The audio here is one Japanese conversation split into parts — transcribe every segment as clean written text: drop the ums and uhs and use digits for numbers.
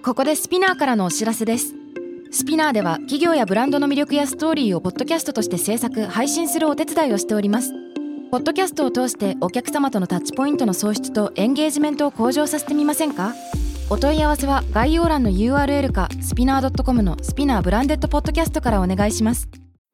ここでスピナーからのお知らせです。スピナーでは企業やブランドの魅力やストーリーをポッドキャストとして制作・配信するお手伝いをしております。ポッドキャストを通してお客様とのタッチポイントの創出とエンゲージメントを向上させてみませんか？お問い合わせは概要欄の URL かスピナー .com のスピナーブランデッドポッドキャストからお願いします。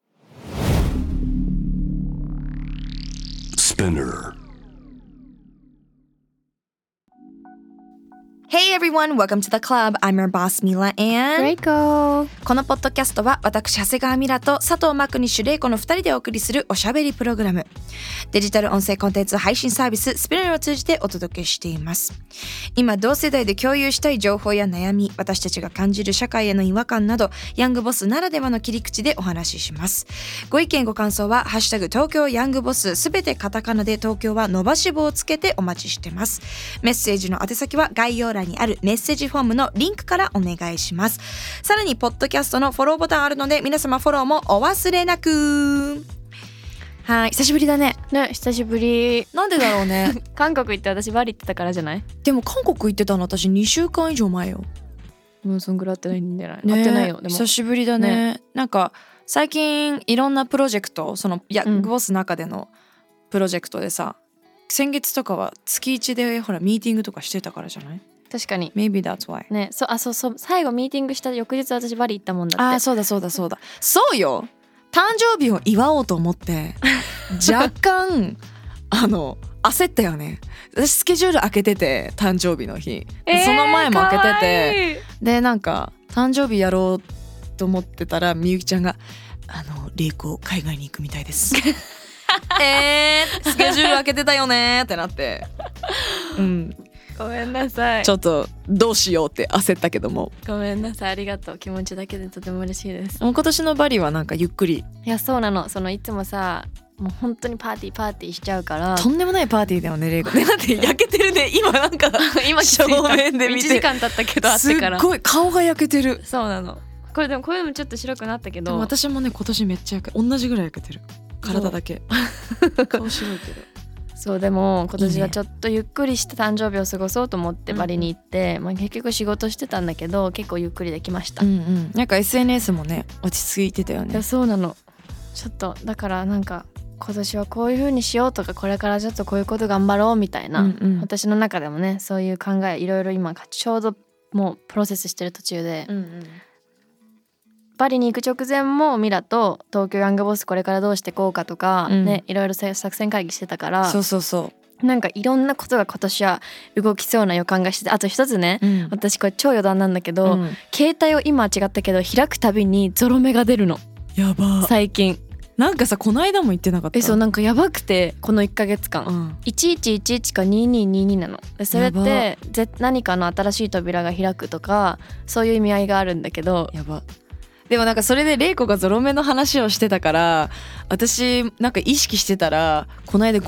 Hey everyone, welcome to the club. I'm your boss Mila and Reiko。 このポッドキャストは私長谷川ミラと佐藤マクニッシュレイコの2人でお送りするおしゃべりプログラム。デジタル音声コンテンツ配信サービススピナーを通じてお届けしています。今同世代で共有したい情報や悩み、私たちが感じる社会への違和感など、ヤングボスならではの切り口でお話しします。ご意見ご感想はハッシュタグ東京ヤングボス、すべてカタカナで東京は伸ばし棒をつけてお待ちしてます。メッセージの宛先は概要欄にあるメッセージフォームのリンクからお願いします。さらにポッドキャストのフォローボタンあるので、皆様フォローもお忘れなく。はい、久しぶりだね。 ね、久しぶり。 なんでだろうね。 韓国行って私バリ行ってたからじゃない？ でも韓国行ってたの私2週間以上前よ。 もうそんぐらい会ってないんじゃない？ ね、 会ってないよ。でも久しぶりだね。なんか最近いろんなプロジェクト、そのヤングボスの中でのプロジェクトでさ、先月とかは月1でほらミーティングとかしてたからじゃない？ 確かに。 Maybe that's why ね、そう最後ミーティングした翌日私バリ行ったもんだって。 そうだそうよ。誕生日を祝おうと思って若干焦ったよね。私スケジュール開けてて、誕生日の日、その前も開けてて、でなんか誕生日やろうと思ってたらみゆきちゃんがレイコ海外に行くみたいですスケジュール開けてたよねってなってごめんなさい。 ちょっとどうしようって焦ったけども、 ごめんなさい。ありがとう。気持ちだけでとても嬉しいです。 もう今年のバリはなんかゆっくり。 いやそうなの。いつもさ、もう本当にパーティーしちゃうから。 とんでもないパーティーだよね、レイコ。だって焼けてるね今。なんか今正面で見て 1時間経ったけど、会ってからすっごい顔が焼けてる。 そうなの。これでもちょっと白くなったけど、 私もね今年めっちゃ焼け、同じぐらい焼けてる。体だけ顔白いけど。 そうでも今年はちょっとゆっくりした誕生日を過ごそうと思ってバリに行って、結局仕事してたんだけど結構ゆっくりできました。 なんか SNS もね落ち着いてたよね。 いやそうなの。ちょっとだからなんか今年はこういう風にしようとか、これからちょっとこういうこと頑張ろうみたいな、私の中でもねそういう考えいろいろ今ちょうどもうプロセスしてる途中で、バリに行く直前もミラと東京ヤングボスこれからどうしてこうかとか、いろいろ作戦会議してたから、なんかいろんなことが今年は動きそうな予感がしてて、あと一つね、私これ超余談なんだけど、携帯を今は違ったけど開くたびにゾロ目が出るの。 やば。 最近なんかさ、この間も言ってなかった？ そう、なんかやばくて、この1ヶ月間、1111か2222なので、それって何かの新しい扉が開くとかそういう意味合いがあるんだけど、 やば。でもなんかそれでレイコがゾロ目の話をしてたから、私なんか意識してたらこの間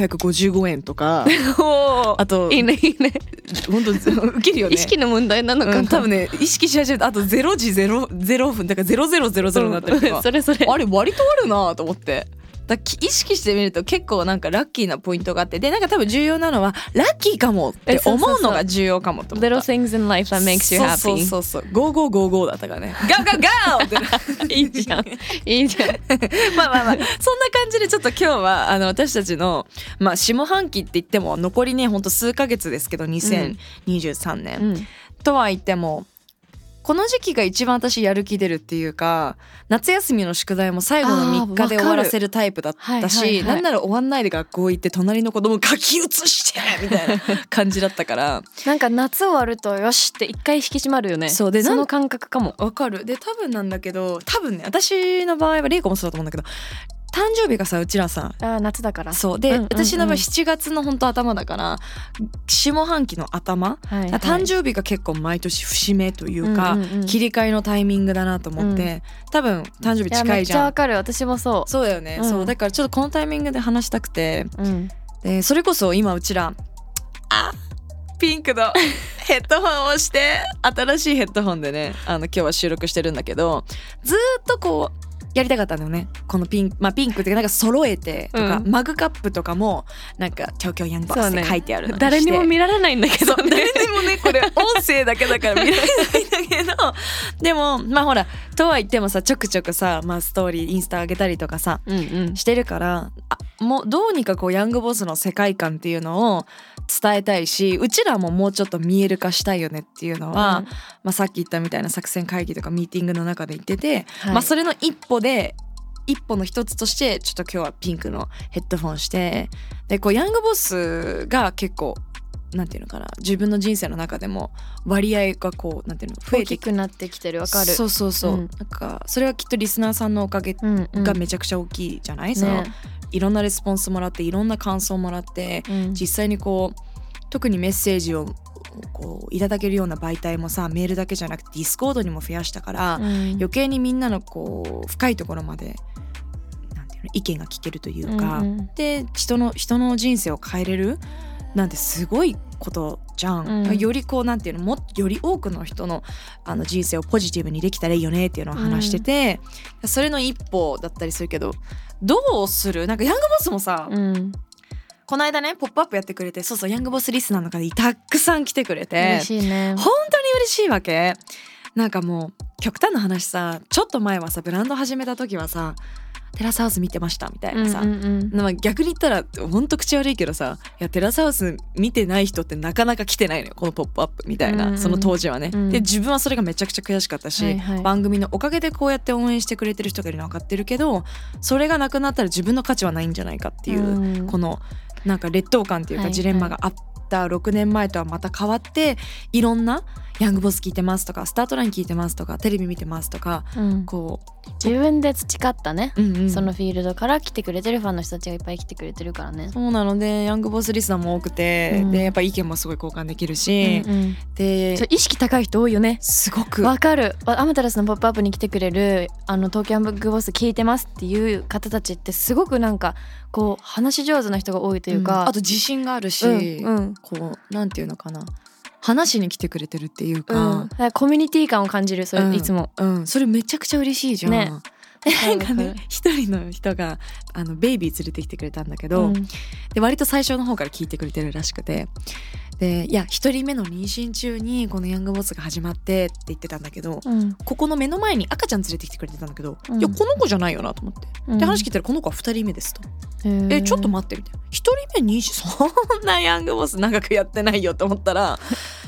5555円とかあといいね本当ウケるよね。 意識の問題なのかな、 多分ね意識し始めた。あと0時0分だから0000になってるとかそれあれ割とあるなと思って。だ意識してみると結構なんかラッキーなポイントがあって、でなんか多分重要なのはラッキーかもって思うのが重要かもと思った。 Little things in life that makes you happy。 そう5555だったからね。ガーガーガーっていいじゃんまあそんな感じでちょっと今日は私たちの下半期って言っても残りねほんと数ヶ月ですけど、2023年、とは言ってもこの時期が一番私やる気出るっていうか、夏休みの宿題も最後の3日で終わらせるタイプだったし、なんなら終わんないで学校行って隣の子供書き写してみたいな感じだったからなんか夏終わるとよしって一回引き締まるよね。 そうで、 その感覚かも。 わかる。で多分なんだけど、多分ね私の場合はレイコもそうだと思うんだけど、誕生日がさうちらさ夏だから。 そうで、私の場合7月の本当頭だから下半期の頭、誕生日が結構毎年節目というか、切り替えのタイミングだなと思って、多分誕生日近いじゃん。 めっちゃわかる。私もそうだよね、そうだからちょっとこのタイミングで話したくて、でそれこそ今うちらピンクのヘッドホンをして新しいヘッドホンでね今日は収録してるんだけど、ずっとこうやりたかったんだよね。このピンクってなんか揃えてとか、マグカップとかもなんか東京ヤングボスって書いてあるのにして、 誰にも見られないんだけど、ね、 誰にもねこれ音声だけだから見られないんだけどでもまあほらとは言ってもさちょくちょくさ、まあ、ストーリーインスタ上げたりとかさ、してるから、もうどうにかこうヤングボスの世界観っていうのを伝えたいし、うちらももうちょっと見える化したいよねっていうのは、まあ、さっき言ったみたいな作戦会議とかミーティングの中で言ってて、まあ、それの一歩の一つとしてちょっと今日はピンクのヘッドフォンして、でこうヤングボスが結構なんていうのかな、自分の人生の中でも割合がこうなんていうの増えて大きくなってきてる。わかる。 そう、なんかそれはきっとリスナーさんのおかげがめちゃくちゃ大きいじゃない、そのいろんなレスポンスもらっていろんな感想もらって、実際にこう特にメッセージをこういただけるような媒体もさ、メールだけじゃなくてディスコードにも増やしたから、余計にみんなのこう深いところまでなんていうの意見が聞けるというか、で人の人生を変えれるなんてすごいことじゃん、よりこうなんていうのより多くの人の人生をポジティブにできたらいいよねっていうのを話してて、それの一歩だったりするけど、どうする？なんかヤングボスもさ、この間ねポップアップやってくれて、そうヤングボスリスナーの方にたくさん来てくれて嬉しいね。 本当に嬉しいわけ。なんかもう極端な話さ、ちょっと前はさブランド始めた時はさテラスハウス見てましたみたいなさ、まあ逆に言ったらほんと口悪いけどさ、いやテラスハウス見てない人ってなかなか来てないのよこのポップアップみたいな、その当時はね、で自分はそれがめちゃくちゃ悔しかったし、番組のおかげでこうやって応援してくれてる人がいるの分かってるけど、それがなくなったら自分の価値はないんじゃないかっていう、このなんか劣等感っていうかジレンマがあった6年前とはまた変わって、いろんなヤングボス聞いてますとかスタートライン聞いてますとかテレビ見てますとか、こう自分で培ったね、そのフィールドから来てくれてるファンの人たちがいっぱい来てくれてるからね。 そうなのでヤングボスリスナーも多くて、でやっぱ意見もすごい交換できるし、で意識高い人多いよね。 すごくわかる。アマテラスのポップアップに来てくれる東京ヤングボス聞いてますっていう方たちってすごくなんかこう話し上手な人が多いというか、 あと自信があるし、こうなんていうのかな、話しに来てくれてるっていうか、 コミュニティ感を感じる。それ、いつも、 それめちゃくちゃ嬉しいじゃん、ね、なんかね一人の人がベイビー連れてきてくれたんだけど、で割と最初の方から聞いてくれてるらしくて、でいや一人目の妊娠中にこのヤングボスが始まってって言ってたんだけど、ここの目の前に赤ちゃん連れてきてくれてたんだけど、いやこの子じゃないよなと思って、で話聞いたらこの子は2人目ですと。ちょっと待ってみたいな、1人目妊娠、そんなヤングボス長くやってないよと思ったら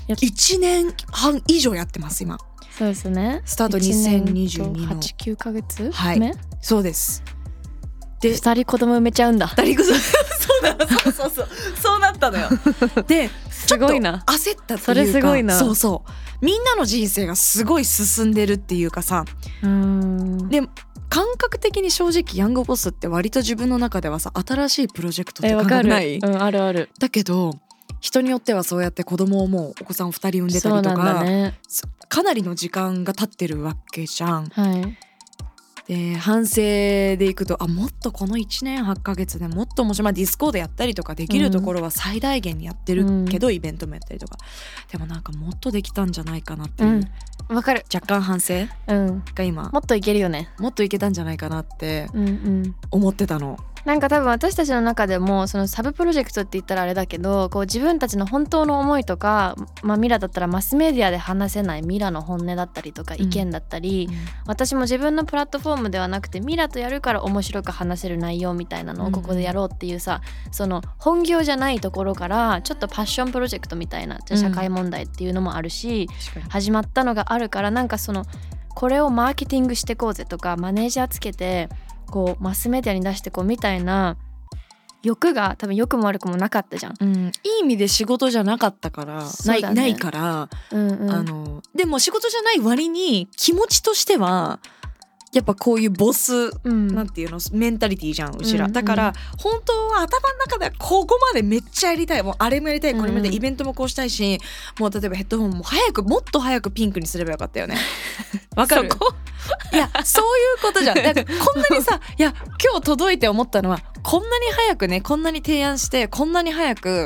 1年半以上やってます今。 そうですね。 スタート2022の 8-9ヶ月、 はい、そうです。で 2人子供産めちゃうんだ。 2人子供そうなの、そうなったのよ。でちょっと焦ったっていうか、 それすごいな。 そうみんなの人生がすごい進んでるっていうかさ、で感覚的に正直ヤングボスって割と自分の中ではさ新しいプロジェクトって感覚ない？ あるある。 だけど人によってはそうやって子供をもうお子さんを2人産んでたりとか、かなりの時間が経ってるわけじゃん。で反省でいくともっとこの1年8ヶ月でもっと面白い、ディスコードやったりとかできるところは最大限にやってるけど、イベントもやったりとか、でもなんかもっとできたんじゃないかなっていう、 わかる。 若干反省が今、 もっといけるよね、 もっといけたんじゃないかなって思ってたの。 なんか多分私たちの中でもそのサブプロジェクトって言ったらあれだけど、こう自分たちの本当の思いとか、ミラだったらマスメディアで話せないミラの本音だったりとか意見だったり、私も自分のプラットフォームではなくてミラとやるから面白く話せる内容みたいなのをここでやろうっていうさ、その本業じゃないところからちょっとパッションプロジェクトみたいな社会問題っていうのもあるし、始まったのがあるから、なんかそのこれをマーケティングしてこうぜとかマネージャーつけてこうマスメディアに出してこうみたいな欲が多分良くも悪くもなかったじゃん、 いい意味で仕事じゃなかったから、ないから、でも仕事じゃない割に気持ちとしてはやっぱこういうボス、なんていうのメンタリティじゃんうちら、だから本当は頭の中ではここまでめっちゃやりたい、もうあれもやりたいこれもやりたい、イベントもこうしたいし、もう例えばヘッドホンももっと早くピンクにすればよかったよね。わかる？いやそういうことじゃん。だからこんなにさいや今日届いて思ったのは、こんなに早くね、こんなに提案してこんなに早く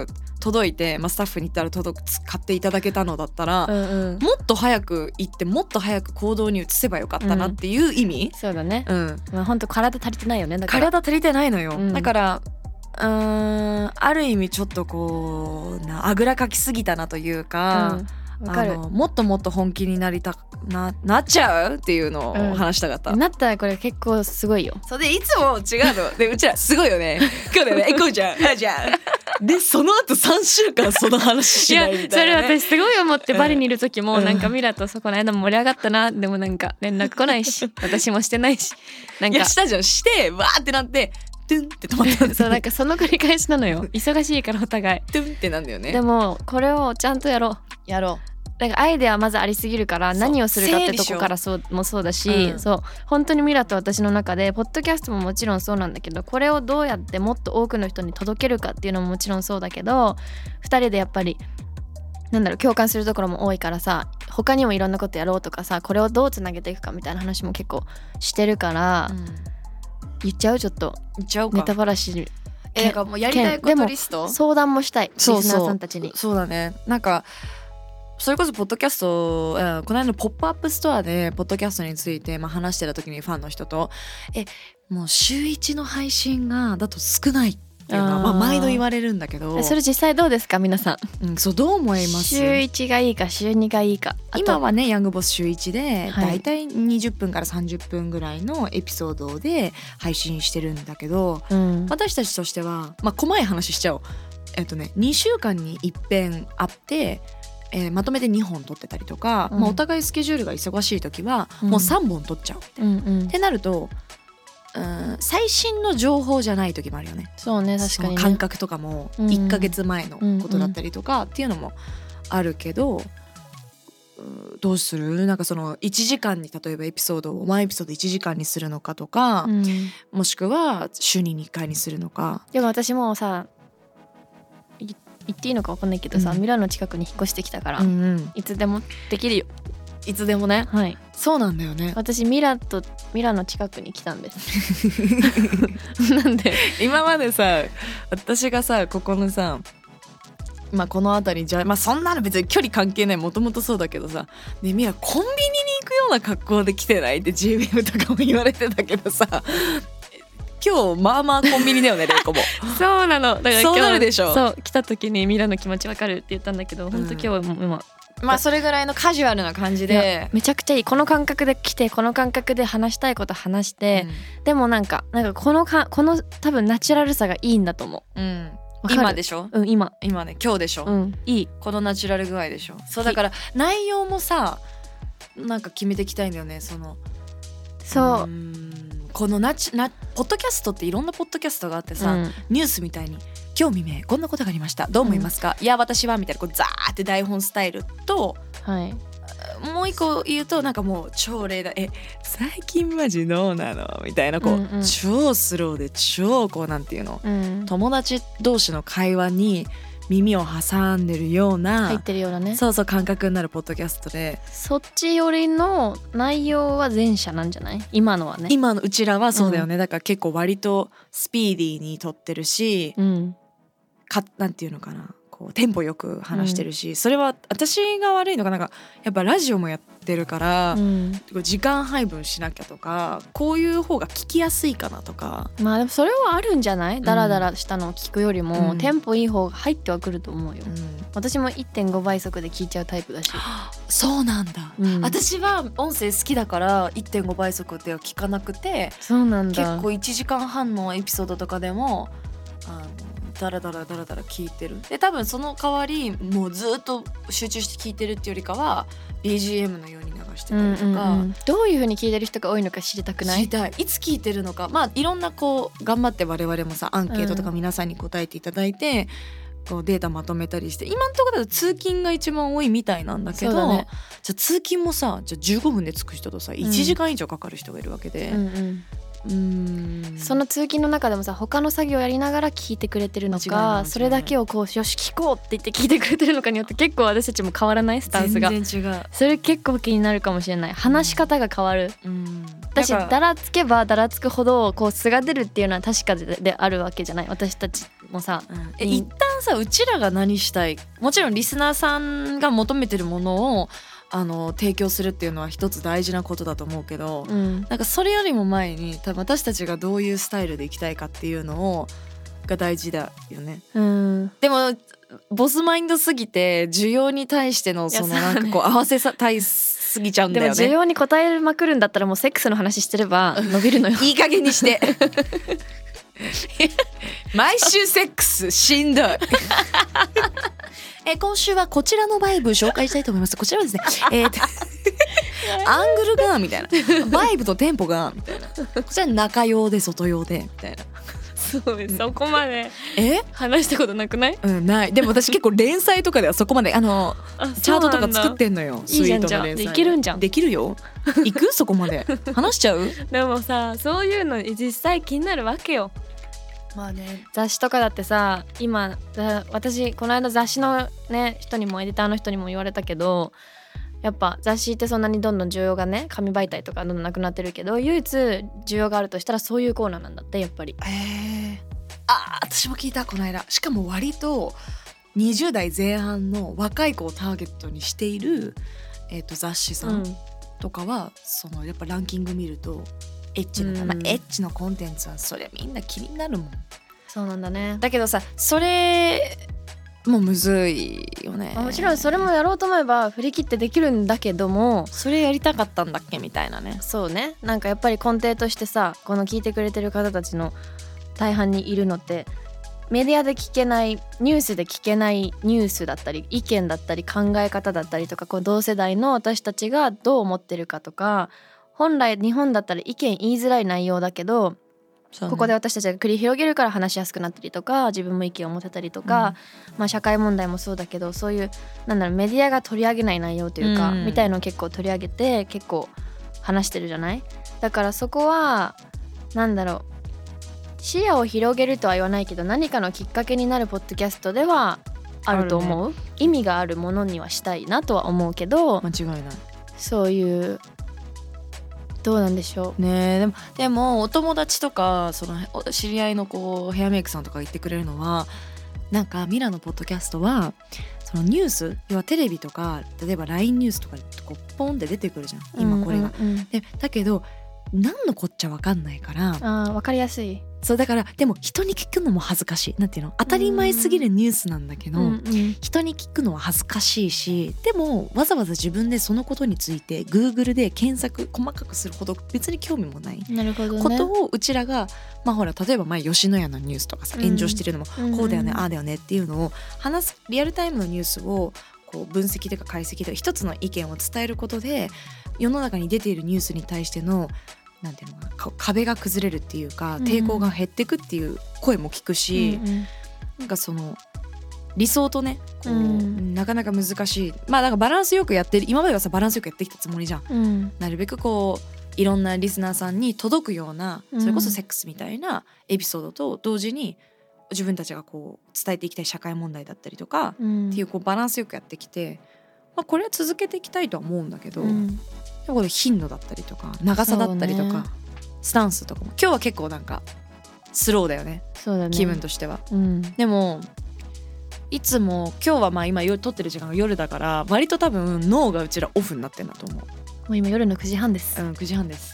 届いて、スタッフに言ったら買っていただけたのだったら、もっと早く行ってもっと早く行動に移せばよかったなっていう意味、 そうだね、本当体足りてないよね。だから体足りてないのよ、だからある意味ちょっとこうあぐらかきすぎたなというか、もっともっと本気になっちゃうっていうのを話したかった、 なったらこれ結構すごいよ。 それでいつも違うのでうちらすごいよね今日だよねこうじゃんじゃんでその後3週間その話しないみたいな、ね、 それ私すごい思ってバリにいる時もなんかミラとそこの間も盛り上がったな、でもなんか連絡来ないし私もしてないし、なんかいやしたじゃん、してわーってなってトゥンって止まったんそうなんかその繰り返しなのよ忙しいからお互いトゥンってなんだよね。 でもこれをちゃんとやろうだからアイデアまずありすぎるから何をするかってとこからもそうだし、そう本当にミラと私の中でポッドキャストももちろんそうなんだけど、これをどうやってもっと多くの人に届けるかっていうのももちろんそうだけど、2人でやっぱり共感するところも多いからさ、他にもいろんなことやろうとかさ、これをどうつなげていくかみたいな話も結構してるから、言っちゃう、ちょっと言っちゃうか、 ネタばらしなんかもうやりたいことリスト、 相談もしたい、リスナーさんたちに。 そうだね、なんかそれこそポッドキャスト、この間のポップアップストアでポッドキャストについて話してた時にファンの人ともう週1の配信がだと少ないっていうのは毎度言われるんだけど、 それ実際どうですか皆さん、そうどう思います？ 週1がいいか週2がいいか。 今はねヤングボス週1でだいたい20分から30分ぐらいのエピソードで配信してるんだけど、私たちとしては細い話しちゃおう。2週間に1遍あってまとめて2本撮ってたりとか、お互いスケジュールが忙しい時はもう3本撮っちゃう、ってなると、最新の情報じゃない時もあるよね。 そうね、確かにね。 感覚とかも1ヶ月前のことだったりとかっていうのもあるけど、どうする？なんかその1時間に例えばエピソードをワンエピソード1時間にするのかとか、もしくは週に2回にするのか。 でも私もさ言っていいのか分かんないけどさ、ミラの近くに引っ越してきたから、いつでもできるよ。 いつでもね、 はい、 そうなんだよね。 私ミラの近くに来たんですなんで今までさ私がさここのさこの辺りじゃそんなの別に距離関係ない、もともとそうだけどさ、ね、ミラコンビニに行くような格好で来てないって JWEB とかも言われてたけどさ今日コンビニだよねレイコもそうなの、だからそうなるでしょ。 そう来た時にミラの気持ちわかるって言ったんだけど、本当今日はもう今それぐらいのカジュアルな感じでめちゃくちゃいい。この感覚で来てこの感覚で話したいこと話して、でもなんかこの多分ナチュラルさがいいんだと思う、 今でしょ、今ね今日でしょ、 いいこのナチュラル具合でしょ。そうだから内容もさなんか決めていきたいんだよね。 そうこのポッドキャストっていろんなポッドキャストがあってさ、ニュースみたいに今日未明こんなことがありましたどう思いますか、いや私はみたいなこうザーって台本スタイルと、もう一個言うとなんかもう超例題最近マジどうなのみたいなこう、超スローで超こうなんていうの、友達同士の会話に耳を挟んでるような入ってるようなね、 そう感覚になるポッドキャストで、 そっち寄りの内容は前者なんじゃない？今のはね。 今のうちらはそうだよね、だから結構割とスピーディーに撮ってるし、なんていうのかな、こうテンポよく話してるし、それは私が悪いのかなんかやっぱラジオもやってるから、時間配分しなきゃとかこういう方が聞きやすいかなとか。 でもそれはあるんじゃない？ダラダラしたのを聞くよりも、テンポいい方が入ってはくると思うよ、私も 1.5 倍速で聞いちゃうタイプだし。 そうなんだ、私は音声好きだから 1.5 倍速では聞かなくて、 そうなんだ、 結構1時間半のエピソードとかでもダラダラ聞いてる。で多分その代わりもうずっと集中して聞いてるっていうよりかは BGM のように流してたりとか、 どういう風に聞いてる人が多いのか知りたくない？ 知りたい。いつ聞いてるのか、いろんなこう頑張って我々もさアンケートとか皆さんに答えていただいて、こうデータまとめたりして、今のところだと通勤が一番多いみたいなんだけど、じゃあ通勤もさ、じゃあ15分で着く人とさ1時間以上かかる人がいるわけで、 その通勤の中でもさ他の作業やりながら聞いてくれてるのかそれだけをこうよし聞こうって言って聞いてくれてるのかによって結構私たちも変わらないスタンスが全然違う。 それ結構気になるかもしれない。話し方が変わる、だしだらつけばだらつくほどこう素が出るっていうのは確かであるわけじゃない。私たちもさ、 一旦さうちらが何したい、もちろんリスナーさんが求めてるものを提供するっていうのは一つ大事なことだと思うけど、なんかそれよりも前に多分私たちがどういうスタイルでいきたいかっていうのをが大事だよね。でもボスマインドすぎて需要に対してのそのなんかこう合わせたいすぎちゃうんだよね。 でも需要に応えまくるんだったらもうセックスの話してれば伸びるのよいい加減にして毎週セックスしんどい今週はこちらのバイブ紹介したいと思います。こちらはですねアングルがみたいなバイブとテンポがみたいな、こちら中用で外用でみたいな。 そうそこまで話したことなくない？ ない。でも私結構連載とかではそこまでチャートとか作ってんのよ。 スイートの連載できるんじゃん。 できるよ。行くそこまで話しちゃうでもさそういうの実際気になるわけよ。 まあね、 雑誌とかだってさ今私この間雑誌のね人にもエディターの人にも言われたけどやっぱ雑誌ってそんなにどんどん需要がね紙媒体とかどんどんなくなってるけど唯一需要があるとしたらそういうコーナーなんだってやっぱり。 私も聞いたこの間。しかも割と20代前半の若い子をターゲットにしている、雑誌さんとかは、そのやっぱランキング見るとエッチな、エッチのコンテンツはそりゃみんな気になるもん。 そうなんだね。 だけどさそれもうむずいよね。 もちろんそれもやろうと思えば振り切ってできるんだけども、 それやりたかったんだっけみたいなね。 そうね、なんかやっぱり根底としてさこの聞いてくれてる方たちの大半にいるのってメディアで聞けないニュースで聞けないニュースだったり意見だったり考え方だったりとか、こう同世代の私たちがどう思ってるかとか、本来日本だったら意見言いづらい内容だけど、ここで私たちが繰り広げるから話しやすくなったりとか自分も意見を持てたりとか、社会問題もそうだけどそういうメディアが取り上げない内容というか、みたいのを結構取り上げて結構話してるじゃない。だからそこは視野を広げるとは言わないけど何かのきっかけになるポッドキャストではあると思う、ね、意味があるものにはしたいなとは思うけど、 間違いない。 そういうどうなんでしょうね。でもお友達とかその知り合いのヘアメイクさんとか言ってくれるのは、なんかミラのポッドキャストはそのニュース、要はテレビとか例えば LINE ニュースとかでポンって出てくるじゃん今これが、でだけど何のこっちゃ分かんないから、 分かりやすい。 そうだからでも人に聞くのも恥ずかしい、なんていうの、当たり前すぎるニュースなんだけど、人に聞くのは恥ずかしいし、でもわざわざ自分でそのことについて Google で検索細かくするほど別に興味もないことをうちらが、ほら例えば吉野家のニュースとかさ炎上してるのも、こうだよねああだよねっていうのを話す、リアルタイムのニュースをこう分析とか解析とか一つの意見を伝えることで世の中に出ているニュースに対してのなんていうのか壁が崩れるっていうか抵抗が減ってくっていう声も聞くし、なんかその理想とねなかなか難しい、だからバランスよくやってる、今まではさバランスよくやってきたつもりじゃん、なるべくいろんなリスナーさんに届くような、それこそセックスみたいなエピソードと同時に自分たちが伝えていきたい社会問題だったりとか、っていうバランスよくやってきて、これは続けていきたいとは思うんだけど、頻度だったりとか長さだったりとか、スタンスとかも今日は結構なんかスローだよね。 そうだね、 気分としては、でもいつも今日は今撮ってる時間が夜だから割と多分脳がうちらオフになってんだと思う。 もう今夜の9時半です。 9時半です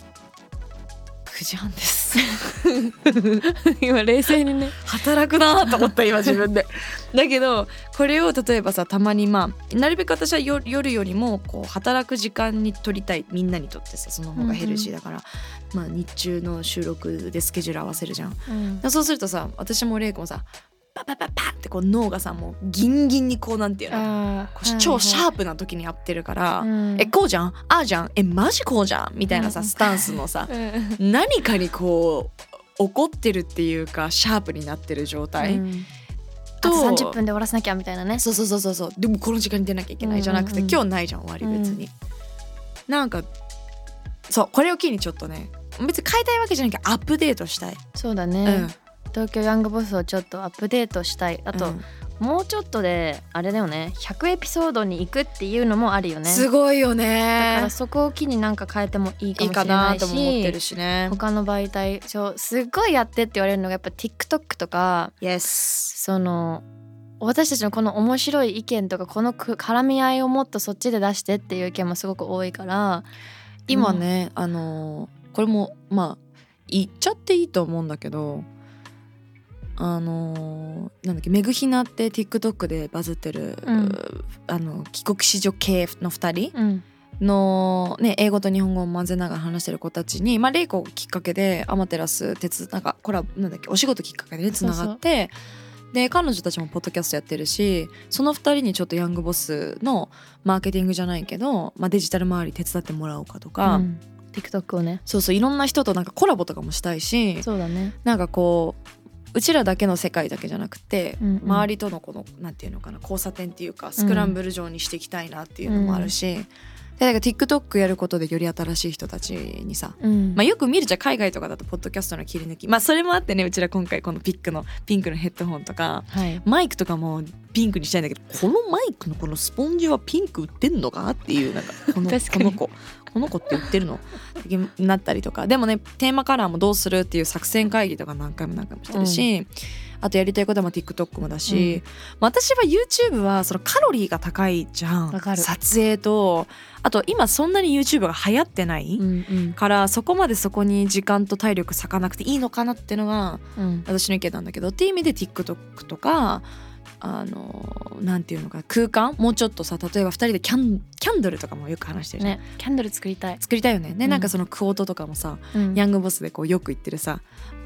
。9時半です今冷静にね働くなと思った今自分でだけどこれを例えばさたまになるべく私は夜よりも働く時間に取りたい、みんなにとってさその方がヘルシーだから、日中の収録でスケジュール合わせるじゃん、そうするとさ私もレイコもさパパパパって脳がさもうギンギンになんていうの超シャープな時にやってるから、こうじゃんああじゃんマジこうじゃんみたいなさスタンスのさ、何かに怒ってるっていうかシャープになってる状態、 あと30分で終わらせなきゃみたいなね。 そうでもこの時間に出なきゃいけないじゃなくて、今日ないじゃん終わり別に、なんかそうこれを機にちょっとね別に変えたいわけじゃないけどアップデートしたい。 そうだね、東京ヤングボスをちょっとアップデートしたい。あと、もうちょっとであれだよね、100エピソードに行くっていうのもあるよね。 すごいよね。 だからそこを機になんか変えてもいいかもしれないし、 いいかなとも思ってるしね。 他の媒体すっごいやってって言われるのがやっぱ TikTok とか、 Yes。 私たちのこの面白い意見とかこの絡み合いをもっとそっちで出してっていう意見もすごく多いから、 今ね、これもまあ言っちゃっていいと思うんだけど、なんだっけ、メグヒナって TikTok でバズってる、帰国子女系の2人の、ね、英語と日本語を混ぜながら話してる子たちに、レイコきっかけでアマテラスなんかこれはなんだっけ、お仕事きっかけでつながって、で彼女たちもポッドキャストやってるし、その2人にちょっとヤングボスのマーケティングじゃないけど、デジタル周り手伝ってもらおうかとか、 TikTok をね、 そういろんな人となんかコラボとかもしたいし、 そうだね、 なんかこうちらだけの世界だけじゃなくて、周りとのこのなんていうのかな、交差点っていうかスクランブル状にしていきたいなっていうのもあるし、でなんか TikTok やることでより新しい人たちにさ、よく見るじゃん、海外とかだとポッドキャストの切り抜き、それもあってね、うちら今回このピンクのヘッドホンとか、マイクとかもピンクにしたいんだけど、このマイクのこのスポンジはピンク売ってんのかっていう、なんかこの子って売ってるのなったりとか、でもねテーマカラーもどうするっていう作戦会議とか何回もしてるし、あとやりたいことも TikTok もだし、私は YouTube はそのカロリーが高いじゃん、撮影と、あと今そんなに YouTube が流行ってない、から、そこまでそこに時間と体力割かなくていいのかなっていうのが私の意見なんだけど、っていう意味で TikTok とかなんていうのか、空間もうちょっとさ、例えば2人でキャンドルとかもよく話してるじゃん、ね、キャンドル作りたいよね。でなんかそのクオートとかもさ、ヤングボスでこうよく言ってるさ、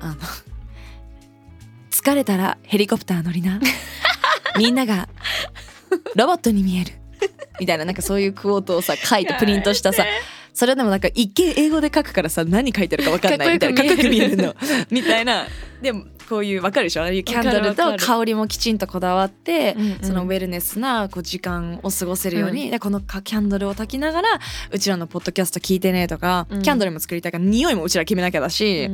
疲れたらヘリコプター乗りなみんながロボットに見えるみたいな、なんかそういうクオートをさ書いてプリントしたさ、それでもなんか一見英語で書くからさ、何書いてるか分かんないみたいな、かっこよく見えるのみたいな。でもこういう分かるでしょ、ああいうキャンドルと香りもきちんとこだわって、そのウェルネスなこう時間を過ごせるように、でこのキャンドルを焚きながらうちらのポッドキャスト聞いてねとか、キャンドルも作りたいから匂いもうちら決めなきゃだし、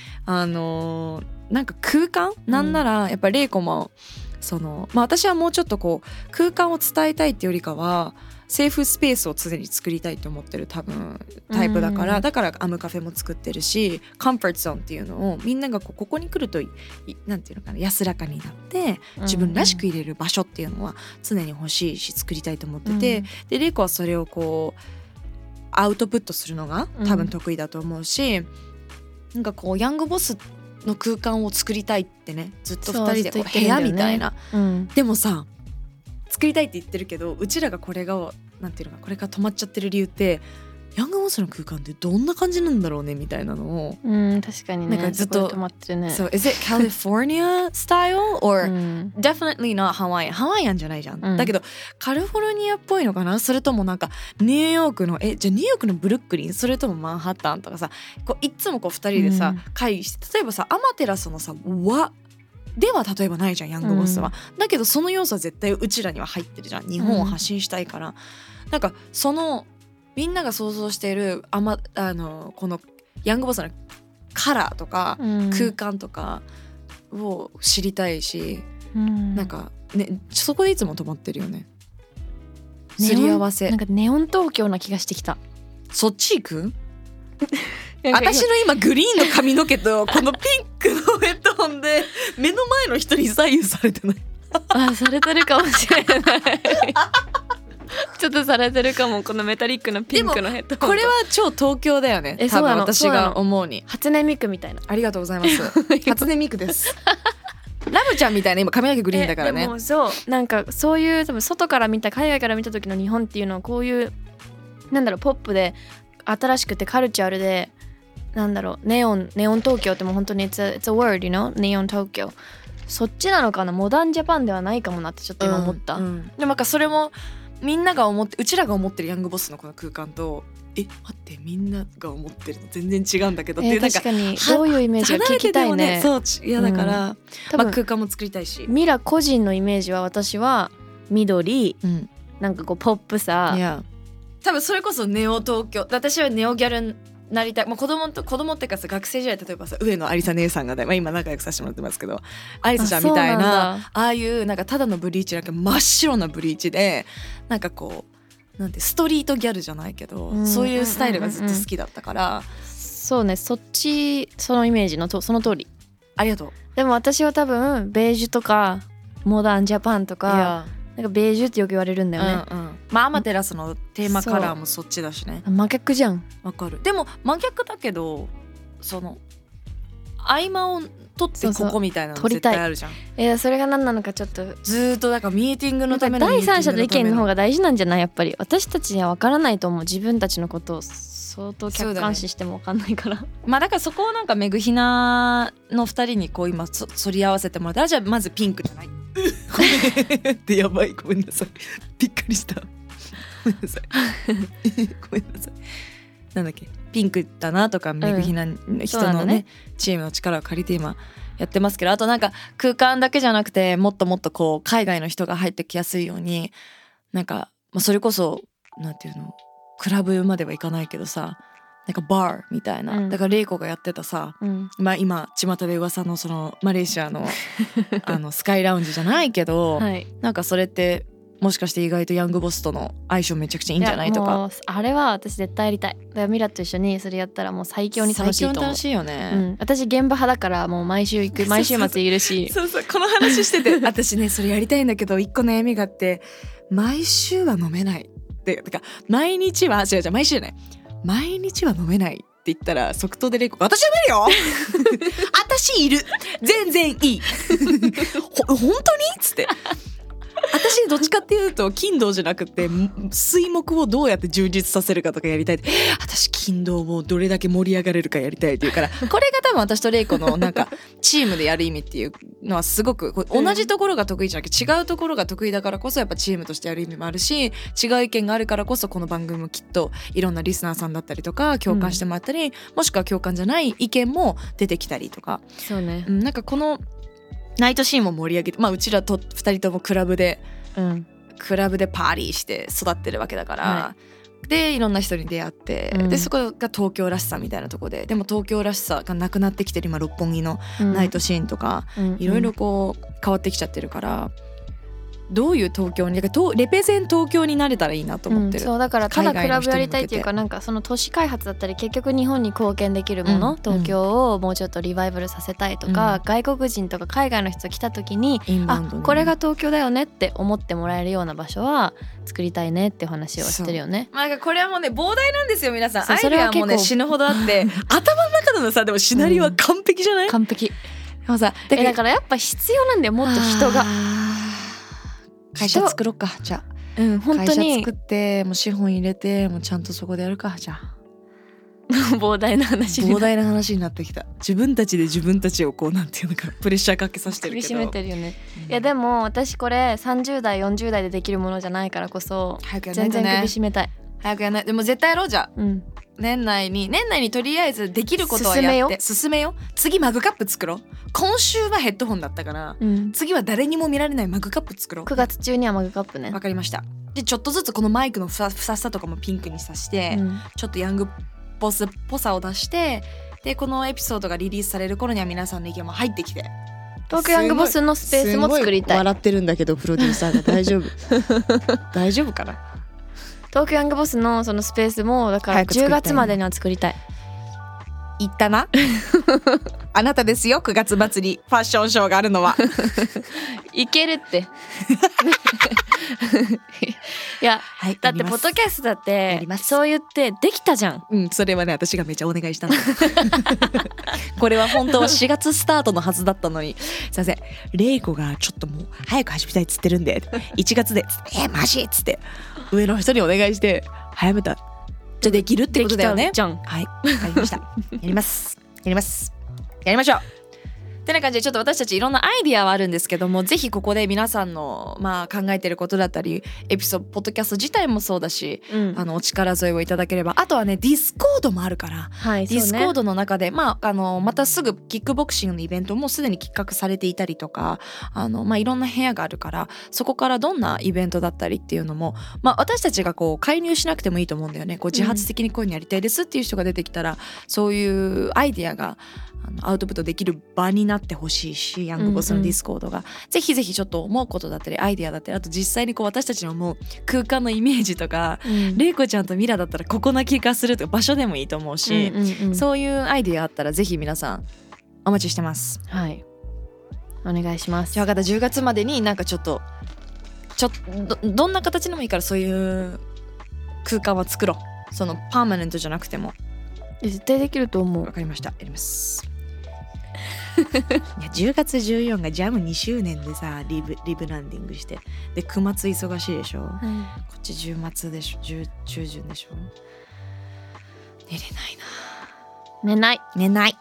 なんか空間、なんならやっぱりレイコも私はもうちょっとこう空間を伝えたいっていうよりかはセーフスペースを常に作りたいと思ってる多分タイプだから、だからアムカフェも作ってるし、コンフォートゾーンっていうのをみんながここに来るとなんていうのかな、安らかになって自分らしく入れる場所っていうのは常に欲しいし作りたいと思ってて、でレイコはそれをこうアウトプットするのが多分得意だと思うし、なんかこうヤングボスの空間を作りたいってね、ずっと2人でこう部屋みたいな、でもさ作りたいって言ってるけど、うちらがこれがなんていうのか、これが止まっちゃってる理由って、ヤングボスの空間ってどんな感じなんだろうねみたいなのを、 確かにね、 なんかずっと止まってるね。 So is it California style or definitely not Hawaiian? ハワイアンじゃないじゃん、だけどカリフォルニアっぽいのかな、それともなんかニューヨークのじゃあニューヨークのブルックリン、それともマンハッタンとかさ、こういつもこう2人でさ、会議して、例えばさアマテラスのさでは例えばないじゃんヤングボスは、だけどその要素は絶対うちらには入ってるじゃん、日本を発信したいから、なんかそのみんなが想像しているこのヤングボスのカラーとか、空間とかを知りたいし、なんかね、そこでいつも止まってるよね。すり合わせ、 なんかネオン東京な気がしてきた。 そっち行く私の今グリーンの髪の毛とこのピンクのヘッドホンで目の前の人に左右されてないされてるかもしれないちょっとされてるかも、このメタリックのピンクのヘッドホン。 これは超東京だよね、多分私が思うに。 初音ミクみたいな。 ありがとうございます初音ミクですラムちゃんみたいな今髪の毛グリーンだからね。 でもそうなんかそういう多分外から見た、海外から見た時の日本っていうのはこういうなんだろう、ポップで新しくてカルチャルで、なんだろう、ネオン東京ってもう本当に it's a word, you know? ネオン東京、そっちなのかな、モダンジャパンではないかもなってちょっと今思った、でもなんかそれもみんなが思って、うちらが思ってるヤングボスのこの空間と待ってみんなが思ってるの全然違うんだけどっていう、なんか確かにどういうイメージが聞きたいね。 そういやだから、空間も作りたいし、 ミラ個人のイメージは、私は緑、なんかこうポップさ、 多分それこそネオ東京、私はネオギャルなりたい、子供ってかさ、学生時代例えばさ上野有沙姉さんが、今仲良くさせてもらってますけど、有沙ちゃんみたいな あいうなんかただのブリーチなんか真っ白なブリーチでなんかこうなんてストリートギャルじゃないけど、そういうスタイルがずっと好きだったから、 そうね、そのイメージのその通り。 ありがとう。 でも私は多分ベージュとかモダンジャパンとかなんかベージュってよく言われるんだよね。 アマテラスのテーマカラーもそっちだしね。 真逆じゃん。 わかる。でも真逆だけどその合間を取ってここみたいなの絶対あるじゃん。 それが何なのかちょっとずっとだからミーティングのための第三者の意見の方が大事なんじゃない？やっぱり私たちには分からないと思う。自分たちのことを相当客観視しても分かんないから、ね、 だからそこをなんかメグヒナの2人にこう今反り合わせてもらって、じゃあまずピンクじゃないってやばい、ごめんなさい、びっくりした、ごめんなさいごめんなさい。なんだっけ、ピンクだなとか、メグヒナの人のね、チームの力を借りて今やってますけど、あとなんか空間だけじゃなくてもっともっとこう海外の人が入ってきやすいように、なんか、それこそなんていうの、クラブまではいかないけどさ、なんかバーみたいな、だからレイコがやってたさ、今巷で噂のそのマレーシアのスカイラウンジじゃないけど、なんかそれってもしかして意外とヤングボスとの相性めちゃくちゃいいんじゃないとか。 あれは私絶対やりたい。だからミラと一緒にそれやったらもう最強に楽しいと思う。 最強に楽しいよね、 私現場派だからもう毎週行く、毎週末いるしそうこの話してて私ねそれやりたいんだけど一個悩みがあって、毎週は飲めないってか、毎日は違う毎週じゃない、毎日は飲めないって言ったら即答でレイコが私は無理よ私いる全然いい本当にっつって、私どっちかっていうと金土じゃなくて水木をどうやって充実させるかとかやりたい。私金土をどれだけ盛り上がれるかやりたいっていうから、これが多分私とレイコのなんかチームでやる意味っていうのはすごく同じところが得意じゃなくて違うところが得意だからこそやっぱチームとしてやる意味もあるし、違う意見があるからこそこの番組もきっといろんなリスナーさんだったりとか共感してもらったり、もしくは共感じゃない意見も出てきたりとか、 そうね、 なんかこのナイトシーンも盛り上げて、うちらと2人ともクラブでパーリーして育ってるわけだから、でいろんな人に出会って、でそこが東京らしさみたいなとこで、でも東京らしさがなくなってきてる今六本木のナイトシーンとか、いろいろこう変わってきちゃってるから、どういう東京にレペゼン東京になれたらいいなと思ってる、 そうだからただクラブやりたいっていうか、なんかその都市開発だったり結局日本に貢献できるもの、東京をもうちょっとリバイバルさせたいとか、外国人とか海外の人が来た時に、これが東京だよねって思ってもらえるような場所は作りたいねっていう話をしてるよね。 なんかこれはもうね膨大なんですよ皆さん。アイデアもね死ぬほどあって頭の中のさでもシナリオは完璧じゃない？ 完璧。 でもさだからやっぱ必要なんだよ、もっと人が。 会社作ろうか、じゃあ、 本当に会社作ってもう資本入れてもうちゃんとそこでやるか、じゃあ膨大な話になってきた。自分たちで自分たちをこうなんていうのかプレッシャーかけさせてるけど苦しめてるよね、いやでも私これ30代40代でできるものじゃないからこそ早くやらないとね、 全然首絞めたい。 早くやらない。でも絶対やろうじゃん、年内にとりあえずできることはやって進めよ。次マグカップ作ろう。今週はヘッドホンだったから、次は誰にも見られないマグカップ作ろう。 9月中にはマグカップね。 わかりました。でちょっとずつこのマイクのふささとかもピンクにさして、ちょっとヤングボスっぽさを出して、でこのエピソードがリリースされる頃には皆さんの意見も入ってきて、 東京ヤングボスのスペースも作りたい。 笑ってるんだけどプロデューサーが大丈夫大丈夫かな。 東京ヤングボスのそのスペースもだから10月までには作りたい。 言ったなあなたですよ、9月末にファッションショーがあるのは。 いけるっていや、だってポッドキャストだってそう言ってできたじゃん。 それはね私がめちゃお願いしたのこれは本当は4月スタートのはずだったのに、すいませんレイコがちょっともう早く始めたいっつってるんで1月でマジっつって上の人にお願いして早めた。じゃあできるってことだよね。 じゃん。 はい、わかりましたやりますやりましょう。 てな感じでちょっと私たちいろんなアイディアはあるんですけども、ぜひここで皆さんの考えてることだったりエピソードポッドキャスト自体もそうだし、お力添えをいただければ。あとはねディスコードもあるから、ディスコードの中でまたすぐキックボクシングのイベントもすでに企画されていたりとかいろんな部屋があるから、そこからどんなイベントだったりっていうのも、私たちがこう介入しなくてもいいと思うんだよね。こう自発的にこういうのやりたいですっていう人が出てきたら、そういうアイディアがアウトプットできる場になってほしいし、ヤングボスのディスコードが、ぜひぜひちょっと思うことだったりアイディアだったり、あと実際にこう私たちの思う空間のイメージとか、レイコちゃんとミラだったらここな気がするとか場所でもいいと思うし、そういうアイディアあったらぜひ皆さんお待ちしてます。 はい、お願いします。 じゃあ10月までになんかちょっとどんな形でもいいからそういう空間は作ろう。そのパーマネントじゃなくても。 絶対できると思う。 わかりました、やります。いや10月14がジャム2周年でさ、リブランディングして、で9月忙しいでしょ、こっち10月でしょ、中旬でしょ。寝れないな。寝ない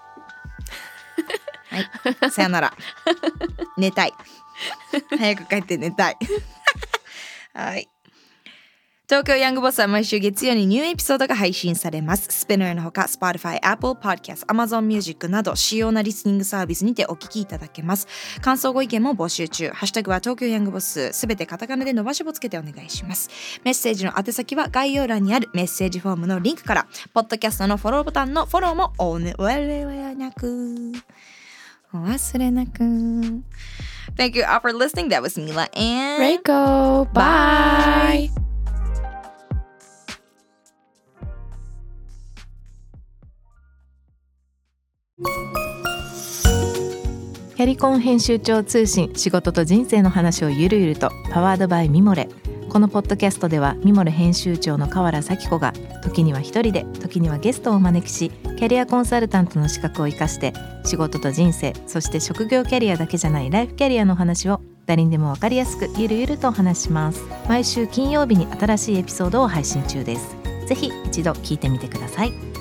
はい、さよなら。寝たい。早く帰って寝たい。はい。東京ヤングボスは毎週月曜にニューエピソードが配信されます。スピナーのほか Spotify、Apple Podcast、Amazon Music など主要なリスニングサービスにてお聞きいただけます。感想ご意見も募集中。ハッシュタグは東京ヤングボス、すべてカタカナで伸ばし棒つけてお願いします。メッセージの宛先は概要欄にあるメッセージフォームのリンクから、ポッドキャストのフォローボタンのフォローもお忘れなく。Thank you all for listening. That was Mila and Reiko. Bye. キャリコン編集長通信、仕事と人生の話をゆるゆると、パワードバイミモレ。このポッドキャストではミモレ編集長の河原咲子が時には一人で、時にはゲストをお招きし、キャリアコンサルタントの資格を生かして仕事と人生、そして職業キャリアだけじゃないライフキャリアの話を誰にでも分かりやすくゆるゆるとお話します。毎週金曜日に新しいエピソードを配信中です。ぜひ一度聞いてみてください。